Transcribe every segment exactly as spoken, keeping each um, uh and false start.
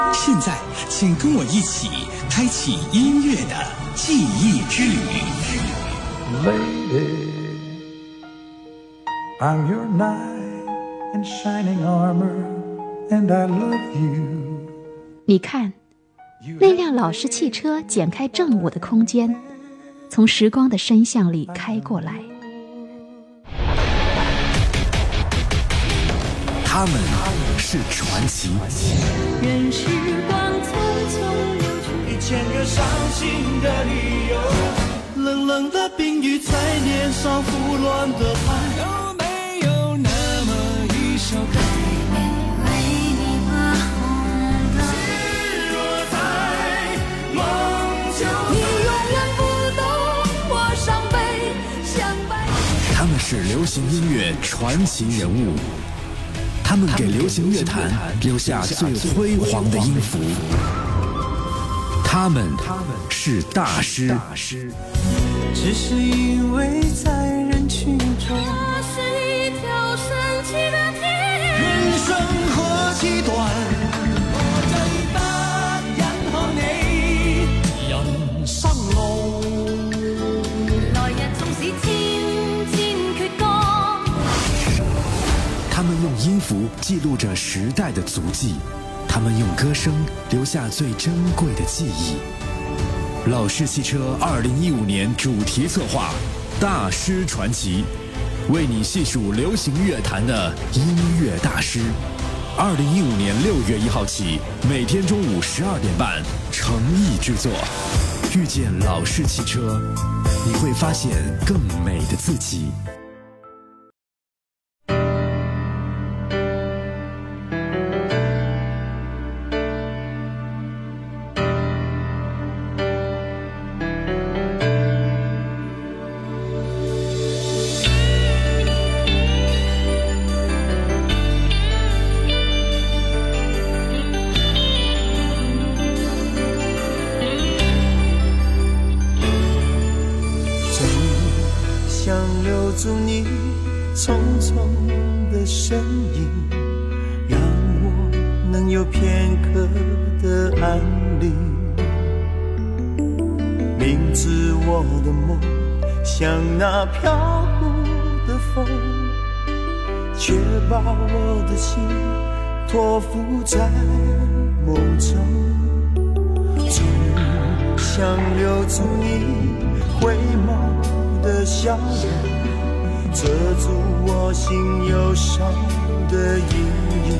现在，请跟我一起开启音乐的记忆之旅。 Lady, I'm your knight in shining armor, and I love you. 你看，那辆老式汽车剪开正午的空间，从时光的深巷里开过来。 他们是传奇。 任时光匆匆流去， 一千个伤心的理由，冷冷的冰雨在脸上胡乱的拍，有没有那么一首歌， 为你把红的是我在梦中， 你永远不懂我伤悲相伴。 他们是流行音乐传奇人物，他们给流行乐坛留下最辉煌的音符。他们是大师。 只是因为在人群中， 这是一条神奇的天。 人生何其短，我真不忍看你人生路， 來日縱使千千闕歌。 他們用音符記錄着時代的足跡，他們用歌聲留下最珍貴的記憶。老式汽車二零一五年主題策劃大師傳奇，為你細數流行樂壇的音樂大師。二零一五年六月一號起，每天中午十二點半，誠意製作。遇見老式汽車，你會發現更美的自己。 留住你匆匆的身影，让我能有片刻的安宁。明知我的梦像那飘忽的风，却把我的心托付在梦中。总想留住你回眸的笑容，遮住我心忧伤的阴影。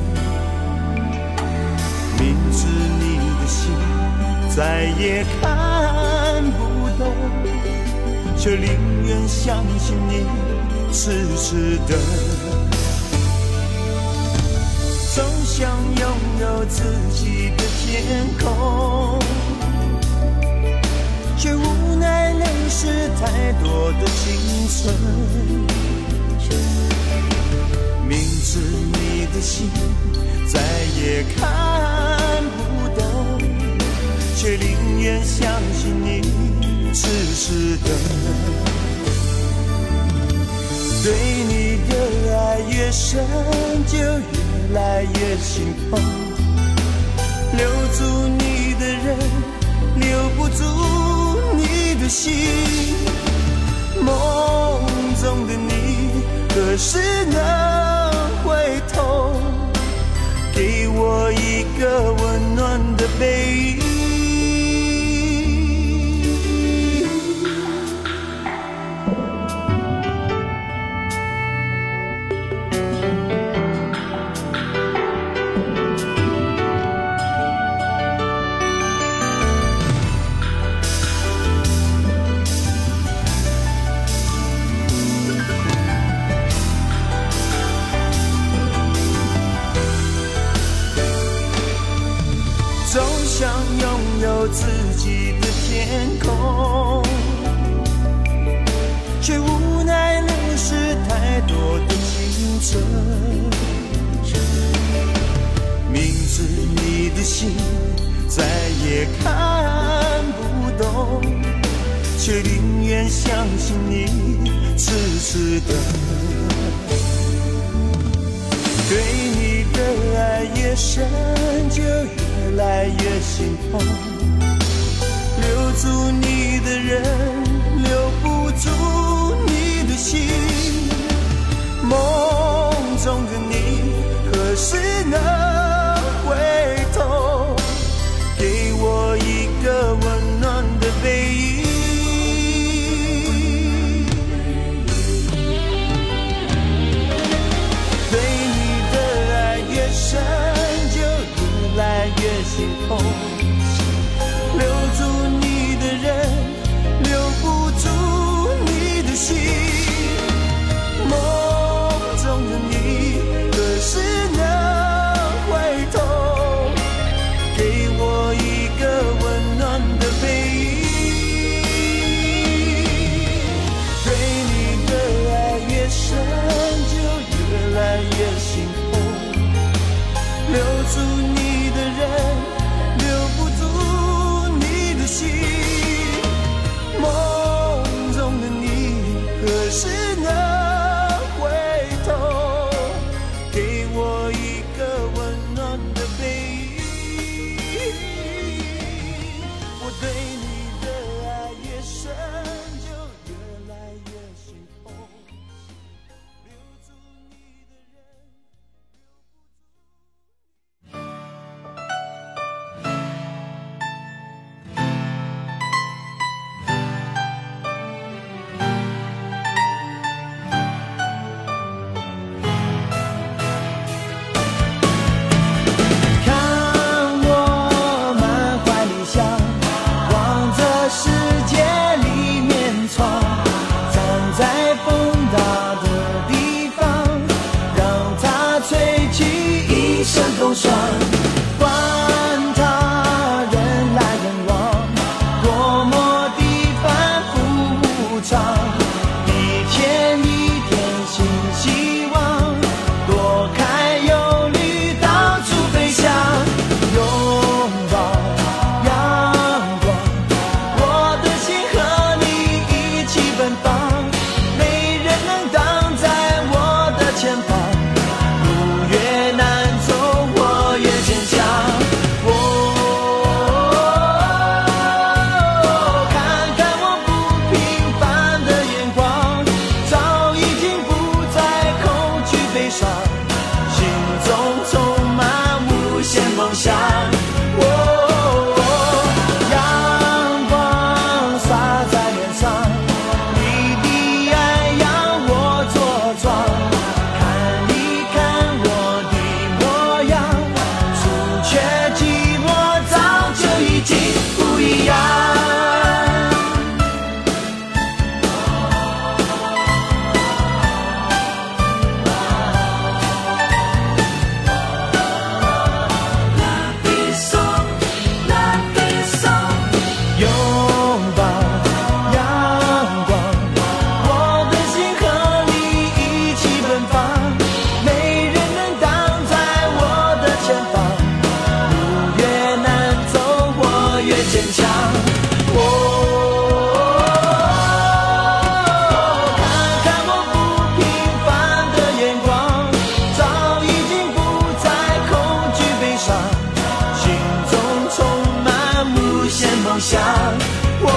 明知你的心再也看不懂，却宁愿相信你痴痴的。总想拥有自己的天空，却无奈流失太多的青春。明知你的心再也看不懂，却宁愿相信你痴痴的。对你的爱越深，就越来越心痛。留住你的人，留不住你的心。梦中的你何时能回头，给我一个温暖的背影。想拥有自己的天空，却无奈流失太多的青春。明知你的心再也看不懂，却宁愿相信你痴痴的。对你的爱越深，就越来越心痛，留住你的人留不住你的心，梦中的你何时能回头，给我一个温暖的背影。对你的爱越深，就越来越心痛，留住你的人留不住你的心，梦中的你何时能回头，给我一个温暖的背影。对你的爱越深，就越来越心痛，留住你的人留不住你的心，梦中的你何时能回头，给我一个温暖的背影。我对你的爱越深，就越来越心痛，留住你的人看我满怀理想，往这世界里面闯，站在风大的地方，让它吹起一身风霜，管他人来人往，多么的反复无常，一天一天新希望，躲开忧虑到处飞翔，拥抱阳光，我的心和你一起奔放，没人能挡在我的前方，路越难走我越坚强。哦，看看我不平凡的眼光，早已经不再恐惧悲伤，心中充满无限梦想。哦，阳光洒在脸上，你的爱让我茁壮，看一看我的模样，除却寂寞早就已经不一样。拥抱阳光，我的心和你一起奔放，没人能挡在我的前方，路越难走我越坚强。哦，看看我不平凡的眼光，早已经不再恐惧悲伤，心中充满无限梦想。哦，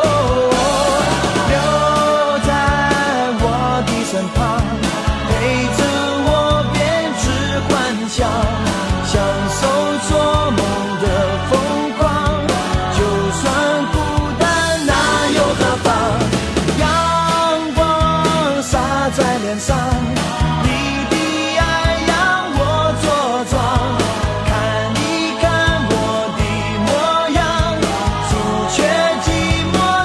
留在我的身旁，陪着我编织幻想，享受做梦的疯狂，就算孤单那又何妨，阳光洒在脸上，你的爱让我茁壮，看一看我的模样，除却寂寞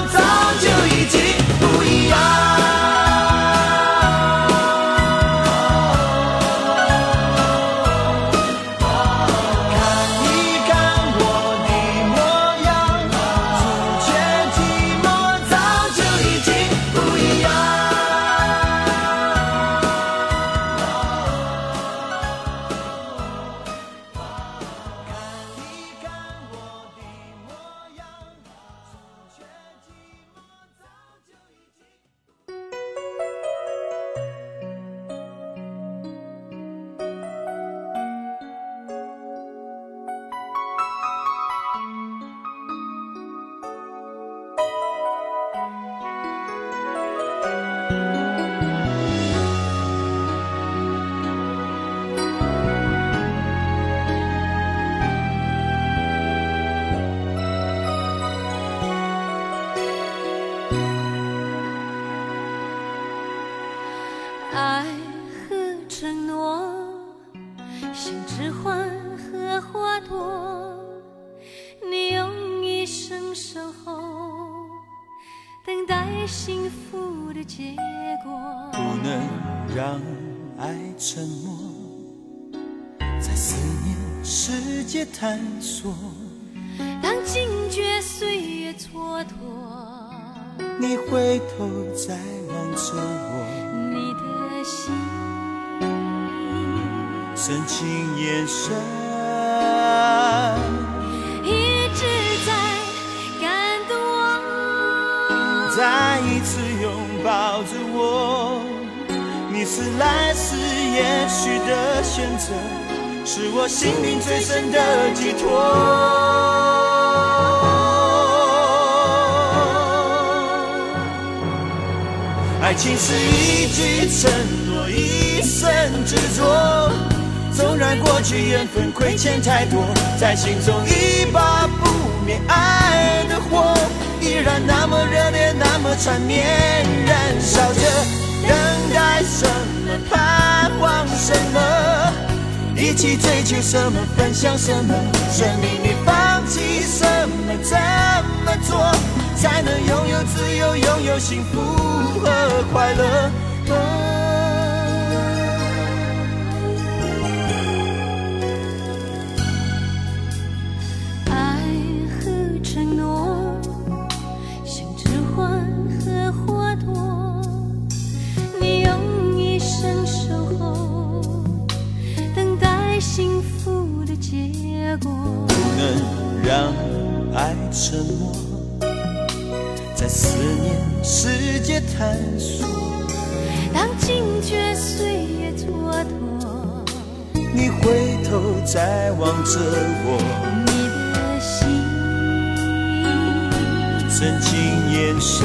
幸福的结果。 不能让爱沉默，在思念世界探索。 当惊觉岁月蹉跎， 你回头再望着我， 你的心深情眼神一直在感动我， 再一次拥抱着我。你是来世也许的选择，是我心灵最深的寄托。爱情是一句承诺，一生执着。纵然过去缘分亏欠太多，在心中一把不灭爱的火，依然那么热烈，那么缠绵，燃烧着。等待什么，盼望什么，一起追求什么，分享什么，生命里放弃什么，怎么做才能拥有自由，拥有幸福和快乐。 爱和承诺像指环和花朵，你用一生守候，等待幸福的结果。 不能让爱沉默，在思念世界探索。 当惊觉岁月蹉跎， 你回头再望着我， 你的心深情眼神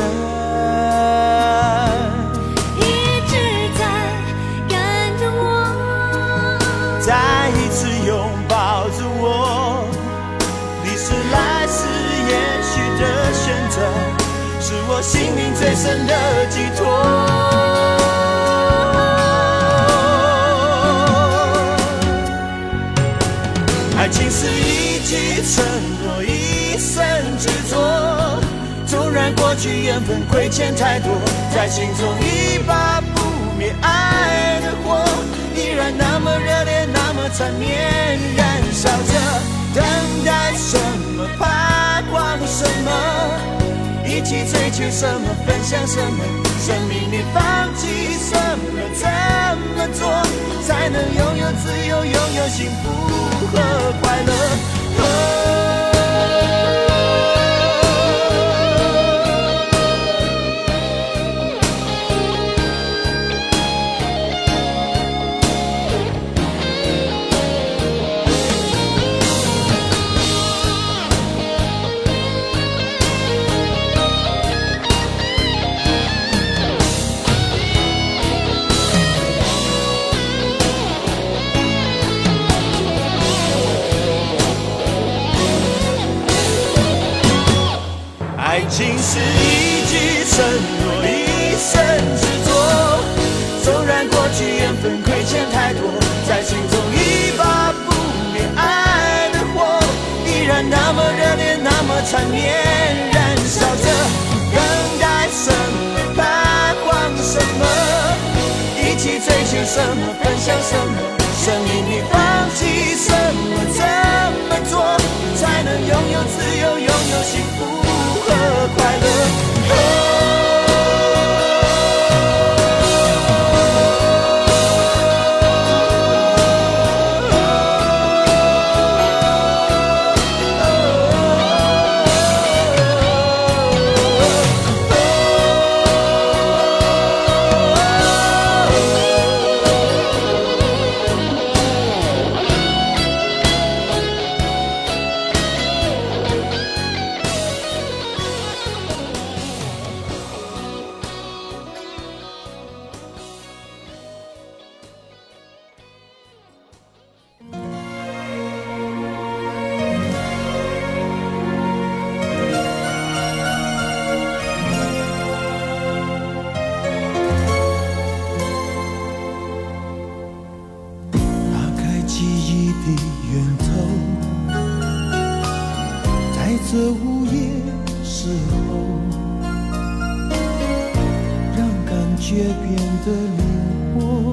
一直在感动我， 再一次拥抱着我。你是来世也许的选择，是我心灵最深的寄托。爱情是一句承诺，一生执着。纵然过去缘分亏欠太多，在心中一把不灭爱的火，依然那么热烈，那么缠绵，燃烧着。等待什么，盼望什么，一起追求什么，分享什么，生命里放弃什么，怎么做才能拥有自由，拥有幸福和快乐。哦爱情是一句承诺，一生执着。纵然过去缘分亏欠太多，在心中一把不灭爱的火，依然那么热烈，那么缠绵，燃烧着。等待什么，盼望什么，一起追求什么，分享什么，生命里放弃什么，怎么做才能拥有自由，拥有幸福和快乐。哦这午夜时候， 却变得灵活，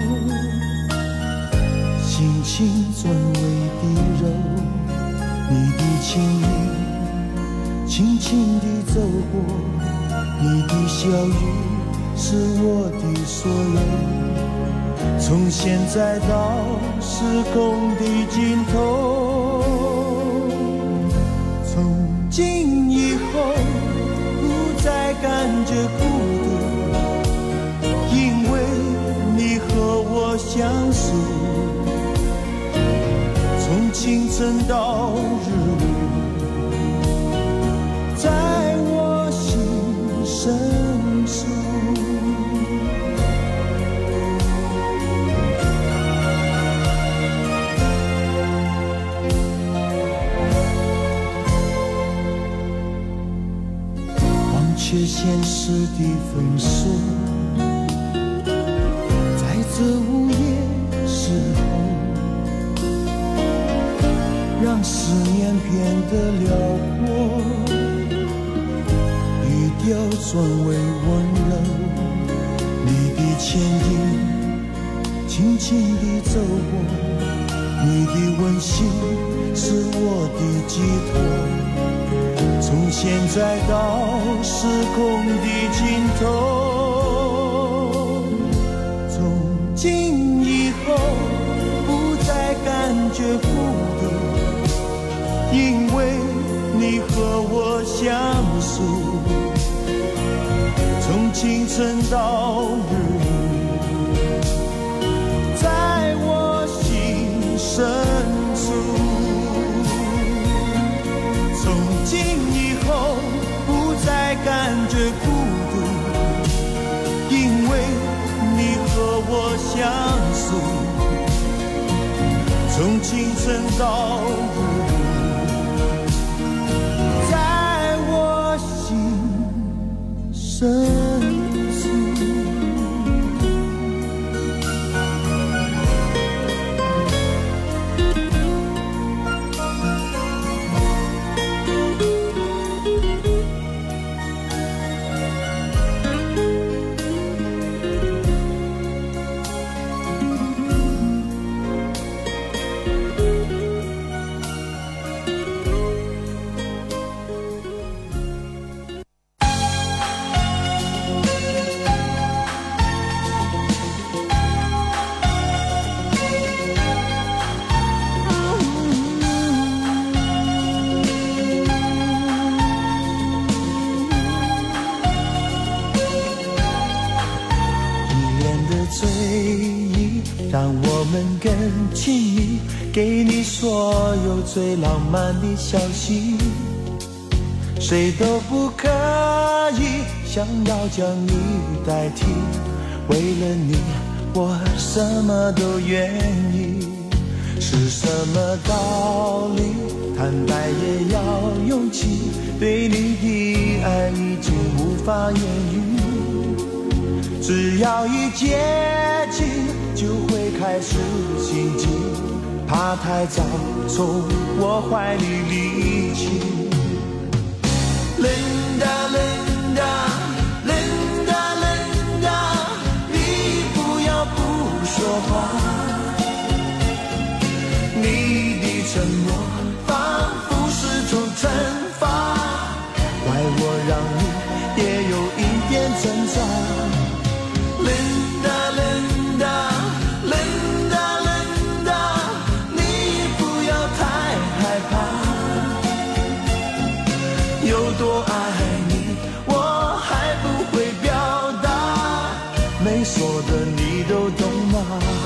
心情转为低柔，你的情意轻轻地走过，你的笑语是我的所有，从现在到时空的尽头，从今以后不再感觉孤独，因为你和我相识，从清晨到日落，在我心深处。忘却现实的分数，在这午夜时候，让思念变得辽阔，语调转为温柔，你的牵引轻轻地走过，你的温馨是我的寄托，从现在到时空的尽头，从今以后不再感觉孤独，因为你和我相识，从清晨到日落，在我心深处。从今以后不再感觉孤独，因为你和我相识，从清晨到日落，在我心深处。让我们更亲密，给你所有最浪漫的消息，谁都不可以想要将你代替，为了你我什么都愿意，是什么道理坦白也要勇气，对你的爱已经无法言语，只要一接近就会开始心悸，怕太早从我怀里离去。Linda Linda Linda Linda， 你不要不说话，你的沉默仿佛是种惩罚，怪我让你也有一点挣扎。Linda Linda Linda Linda， 你不要太害怕，有多爱你我还不会表达，没说的你都懂吗？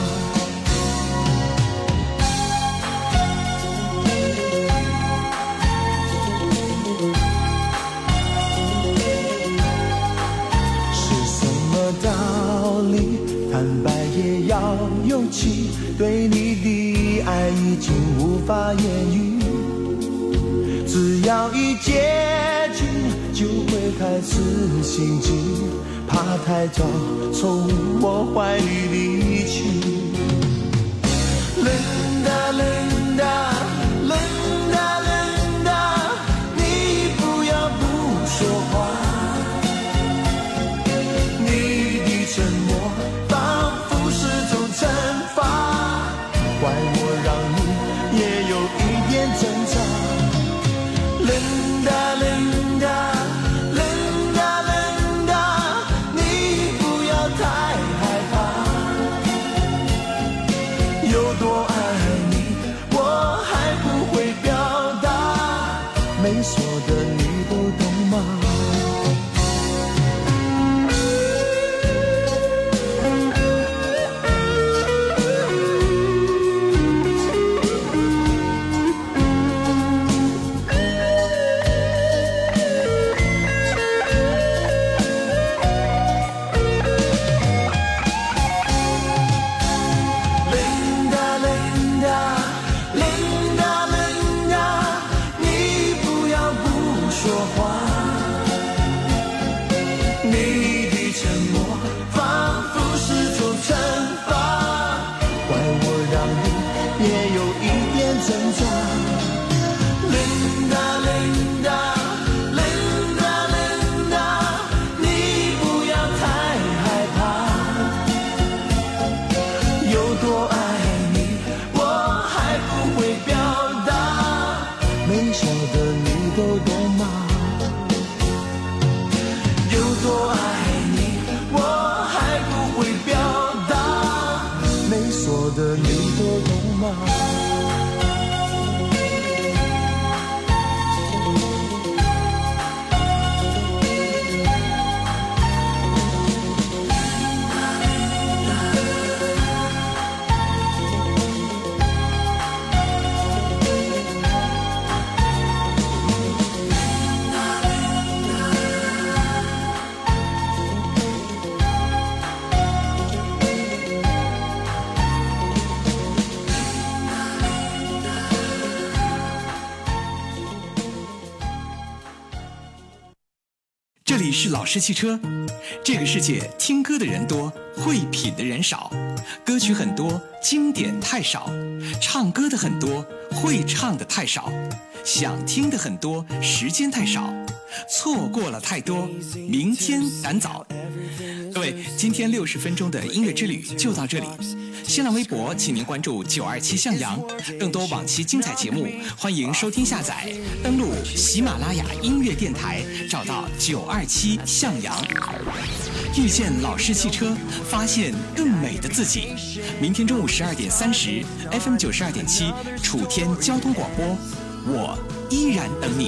道理坦白也要勇气，对你的爱已经无法言语，只要一接近就会开始心悸，怕太早从我怀里离去。Linda Linda Linda Linda， 你不要不说话，沉默 Linda Linda Linda Linda， 你不要太害怕，有多爱你我还不会表达，没说的你都懂吗？ 这里是老式汽车。这个世界听歌的人多，会品的人少，歌曲很多，经典太少，唱歌的很多，会唱的太少，想听的很多，时间太少，错过了太多，明天赶早。各位，今天六十分钟的音乐之旅就到这里。新浪微博请您关注九二七向阳，更多往期精彩节目欢迎收听下载，登录喜马拉雅音乐电台，找到九二七向阳，遇见老式汽车，发现更美的自己。明天中午十二点三十 ，F M 九十二点七，楚天交通广播，我依然等你。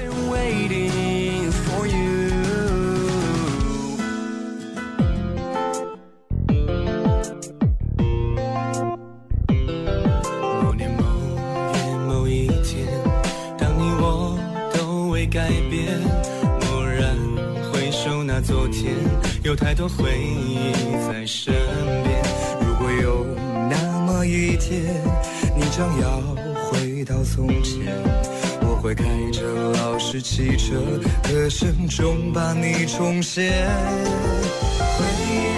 改变，蓦然回首那昨天，有太多回忆在身边。如果有那么一天，你将要回到从前，我会开着老式汽车，歌声中把你重现。回忆